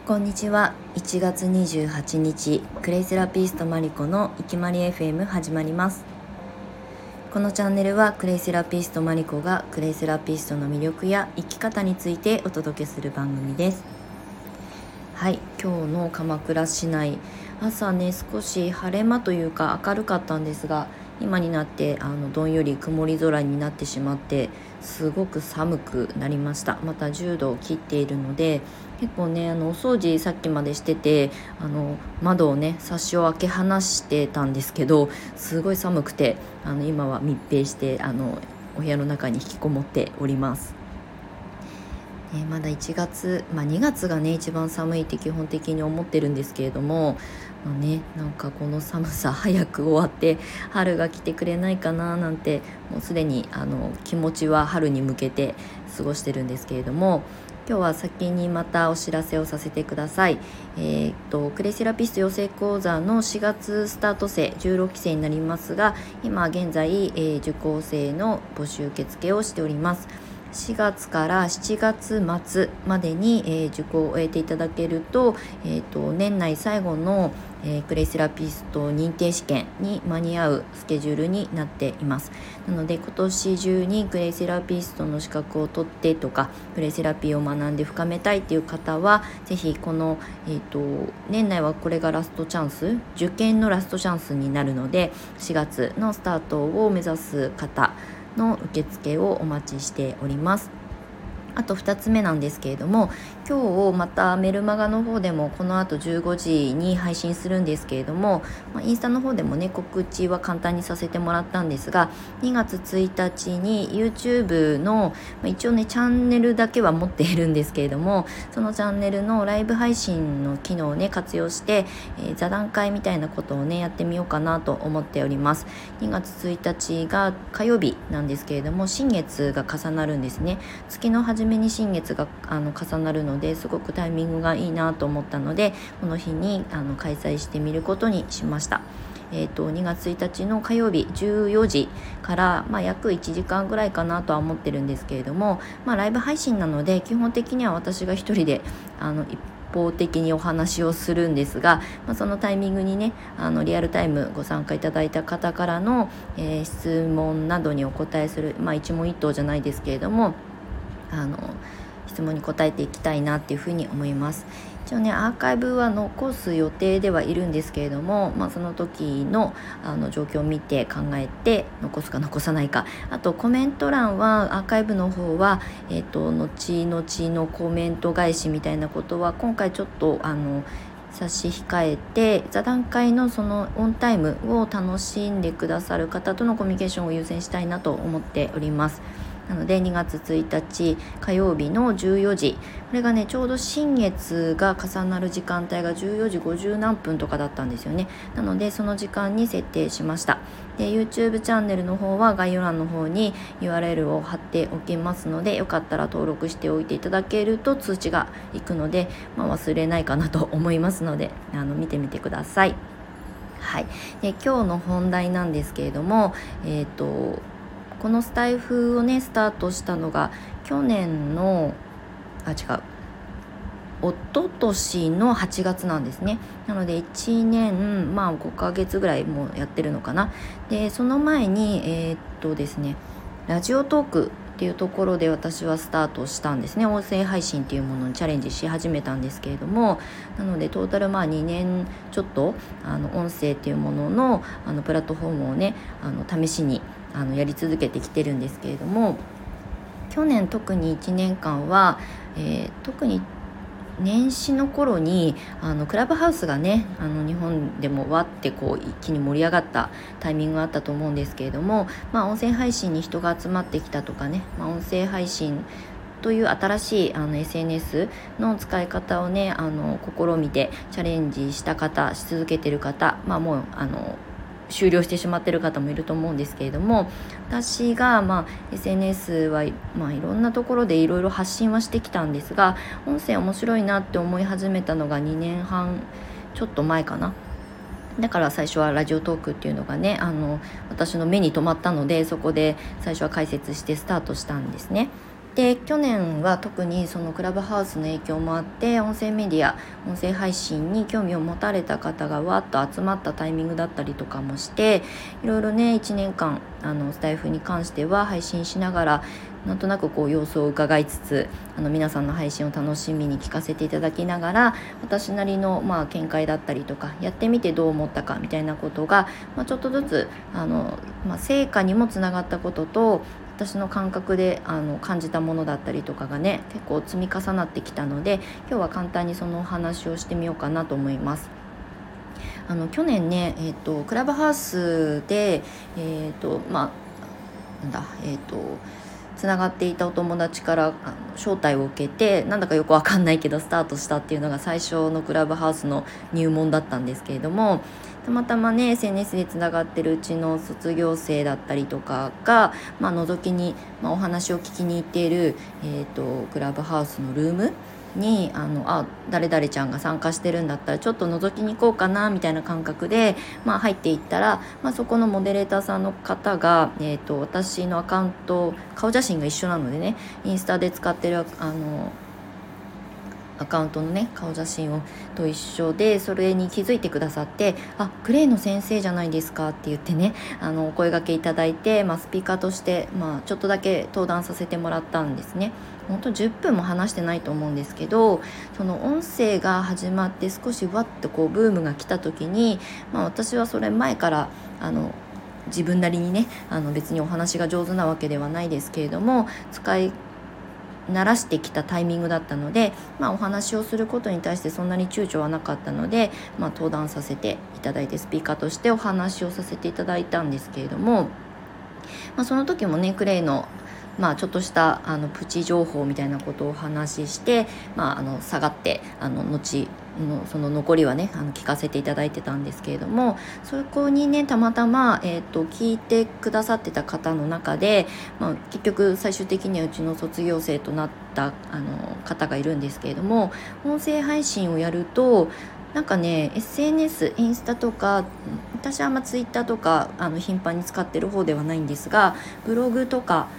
こんにちは。1月28日、クレイセラピストマリコのいきまり FM 始まります。このチャンネルはクレイセラピストマリコがクレイセラピストの魅力や生き方についてお届けする番組です。はい、今日の鎌倉市内、朝ね少し晴れ間というか明るかったんですが、今になってどんより曇り空になってしまって、すごく寒くなりました。また10度を切っているので、結構ねお掃除さっきまでしてて、窓をねサッシを開け放してたんですけど、すごい寒くて今は密閉してお部屋の中に引きこもっております。まだ1月、2月がね一番寒いって基本的に思ってるんですけれども、なんかこの寒さ早く終わって春が来てくれないかななんて、もうすでに気持ちは春に向けて過ごしてるんですけれども、今日は先にまたお知らせをさせてください。クレイセラピスト養成講座の4月スタート生16期生になりますが、今現在、受講生の募集受付をしております。4月から7月末までに、受講を終えていただけると、年内最後の、クレイセラピスト認定試験に間に合うスケジュールになっています。なので今年中にクレイセラピストの資格を取ってとか、クレイセラピーを学んで深めたいっていう方はぜひこの、年内はこれがラストチャンス、受験のラストチャンスになるので、4月のスタートを目指す方の受付をお待ちしております。あと2つ目なんですけれども、今日またメルマガの方でもこの後15時に配信するんですけれども、インスタの方でもね告知は簡単にさせてもらったんですが、2月1日に YouTube の、一応ねチャンネルだけは持っているんですけれども、そのチャンネルのライブ配信の機能をね活用して、座談会みたいなことをねやってみようかなと思っております。2月1日が火曜日なんですけれども、新月が重なるんですね。月の初めに新月が重なるので、すごくタイミングがいいなと思ったので、この日に開催してみることにしました。2月1日の火曜日14時から、約1時間ぐらいかなとは思ってるんですけれども、ライブ配信なので基本的には私が一人で一方的にお話をするんですが、そのタイミングにねリアルタイムご参加いただいた方からの、質問などにお答えする、一問一答じゃないですけれども、質問に答えていきたいなっていうふうに思います。一応ねアーカイブは残す予定ではいるんですけれども、その時の状況を見て考えて残すか残さないか。あとコメント欄はアーカイブの方は、後々のコメント返しみたいなことは今回ちょっと差し控えて、座談会のそのオンタイムを楽しんでくださる方とのコミュニケーションを優先したいなと思っております。なので2月1日火曜日の14時、これがねちょうど新月が重なる時間帯が14時50何分とかだったんですよね。なのでその時間に設定しました。で YouTube チャンネルの方は概要欄の方に URL を貼っておきますので、よかったら登録しておいていただけると通知がいくので、忘れないかなと思いますので見てみてください。はい。で今日の本題なんですけれども、このスタイフをねスタートしたのが去年の一昨年の8月なんですね。なので1年5ヶ月ぐらいもうやってるのかな。でその前にですねラジオトークっていうところで私はスタートしたんですね。音声配信っていうものにチャレンジし始めたんですけれども、なのでトータル2年ちょっと音声っていうもののプラットフォームをね試しにやり続けてきてるんですけれども、去年特に1年間は、特に年始の頃にクラブハウスがね日本でもわって一気に盛り上がったタイミングがあったと思うんですけれども、音声配信に人が集まってきたとかね、音声配信という新しいSNS の使い方をね試みてチャレンジした方、し続けてる方、もう終了してしまっている方もいると思うんですけれども、私がSNS はいろんなところでいろいろ発信はしてきたんですが、音声面白いなって思い始めたのが2年半ちょっと前かな。だから最初はラジオトークっていうのがね私の目に留まったので、そこで最初は解説してスタートしたんですね。 で去年は特にそのクラブハウスの影響もあって音声メディア音声配信に興味を持たれた方がわっと集まったタイミングだったりとかもして、いろいろね1年間スタイフに関しては配信しながらなんとなく様子を伺いつつ皆さんの配信を楽しみに聞かせていただきながら、私なりの見解だったりとかやってみてどう思ったかみたいなことが、ちょっとずつ成果にもつながったことと、私の感覚で感じたものだったりとかがね結構積み重なってきたので、今日は簡単にそのお話をしてみようかなと思います。去年ね、クラブハウスでつながっていたお友達から招待を受けて、なんだかよくわかんないけどスタートしたっていうのが最初のクラブハウスの入門だったんですけれども、たまたまね SNS でつながってるうちの卒業生だったりとかが、覗きに、お話を聞きに行っている、クラブハウスのルームに誰々ちゃんが参加してるんだったらちょっと覗きに行こうかなみたいな感覚で、入っていったら、そこのモデレーターさんの方が、私のアカウント顔写真が一緒なのでね、インスタで使ってるアカウントのね顔写真と一緒で、それに気づいてくださって、クレイの先生じゃないですかって言ってねお声掛けいただいて、スピーカーとして、ちょっとだけ登壇させてもらったんですね。本当10分も話してないと思うんですけど、その音声が始まって少しわっとブームが来た時に、私はそれ前から自分なりにね別にお話が上手なわけではないですけれども使い慣らしてきたタイミングだったので、お話をすることに対してそんなに躊躇はなかったので、登壇させていただいてスピーカーとしてお話をさせていただいたんですけれども、その時もねクレイのちょっとしたプチ情報みたいなことをお話しして、下がって後のその残りはね聞かせていただいてたんですけれども、そこにねたまたま、聞いてくださってた方の中で、結局最終的にはうちの卒業生となった方がいるんですけれども、音声配信をやるとなんかね SNS インスタとか、私はツイッターとか頻繁に使ってる方ではないんですが、ブログとか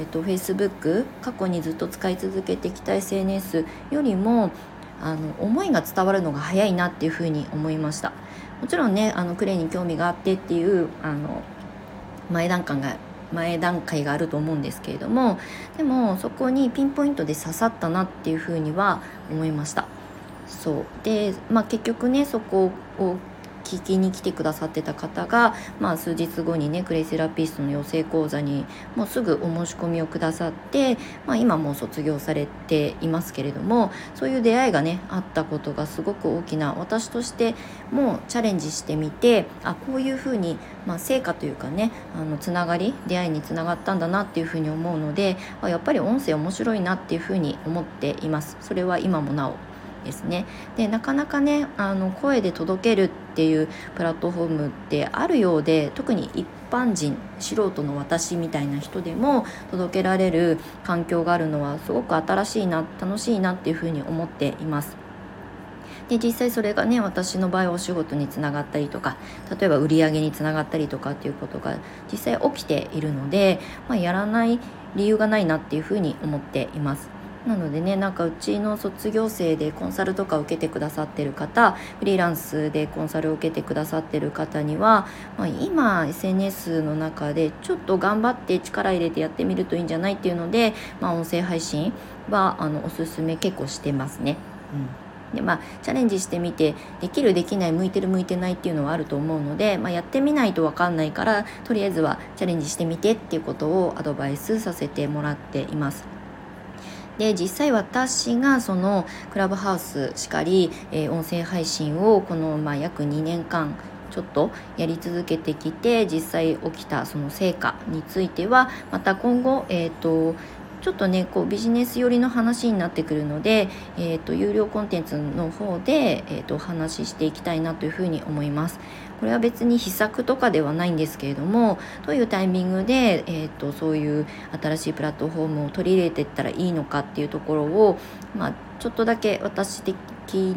Facebook 過去にずっと使い続けてきた SNS よりも思いが伝わるのが早いなっていうふうに思いました。もちろんねクレイに興味があってっていう前段階があると思うんですけれども、でもそこにピンポイントで刺さったなっていうふうには思いました。そうで、結局ねそこを聞きに来てくださってた方が、数日後にねクレイセラピストの養成講座にもうすぐお申し込みをくださって、今もう卒業されていますけれども、そういう出会いがねあったことがすごく大きな、私としてもチャレンジしてみて、こういうふうに、成果というかねつながり出会いにつながったんだなっていうふうに思うので、やっぱり音声面白いなっていうふうに思っています。それは今もなおですね。でなかなかね声で届けるっていうプラットフォームってあるようで、特に一般人素人の私みたいな人でも届けられる環境があるのはすごく新しいな楽しいなっていうふうに思っています。で実際それがね私の場合お仕事につながったりとか、例えば売り上げにつながったりとかっていうことが実際起きているので、やらない理由がないなっていうふうに思っています。なのでねうちの卒業生でコンサルとか受けてくださってる方、フリーランスでコンサルを受けてくださってる方には、今 SNS の中でちょっと頑張って力入れてやってみるといいんじゃないっていうので、音声配信はおすすめ結構してますね。でチャレンジしてみてできるできない向いてる向いてないっていうのはあると思うので、やってみないと分かんないから、とりあえずはチャレンジしてみてっていうことをアドバイスさせてもらっています。で実際私がそのクラブハウスしかり、音声配信をこの、約2年間ちょっとやり続けてきて、実際起きたその成果についてはまた今後、ちょっとねビジネス寄りの話になってくるので、有料コンテンツの方で、お話ししていきたいなというふうに思います。これは別に秘策とかではないんですけれども、どういうタイミングで、そういう新しいプラットフォームを取り入れていったらいいのかっていうところを、ちょっとだけ私的に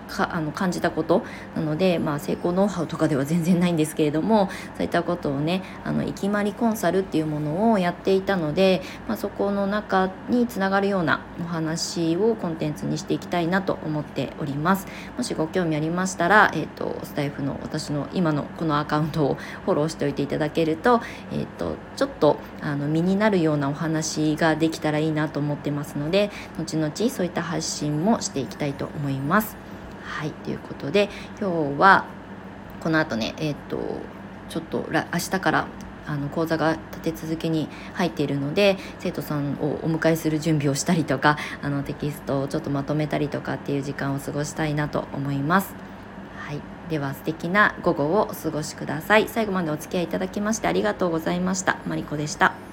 感じたことなので、成功ノウハウとかでは全然ないんですけれども、そういったことをねいきまりコンサルっていうものをやっていたので、そこの中につながるようなお話をコンテンツにしていきたいなと思っております。もしご興味ありましたら、スタイフの私の今のこのアカウントをフォローしておいていただけると、ちょっと身になるようなお話ができたらいいなと思ってますので、後々そういった発信もしていきたいと思います。はい、ということで今日はこの後ねちょっと明日から講座が立て続けに入っているので、生徒さんをお迎えする準備をしたりとかテキストをちょっとまとめたりとかっていう時間を過ごしたいなと思います。はい、では素敵な午後をお過ごしください。最後までお付き合いいただきましてありがとうございました。マリコでした。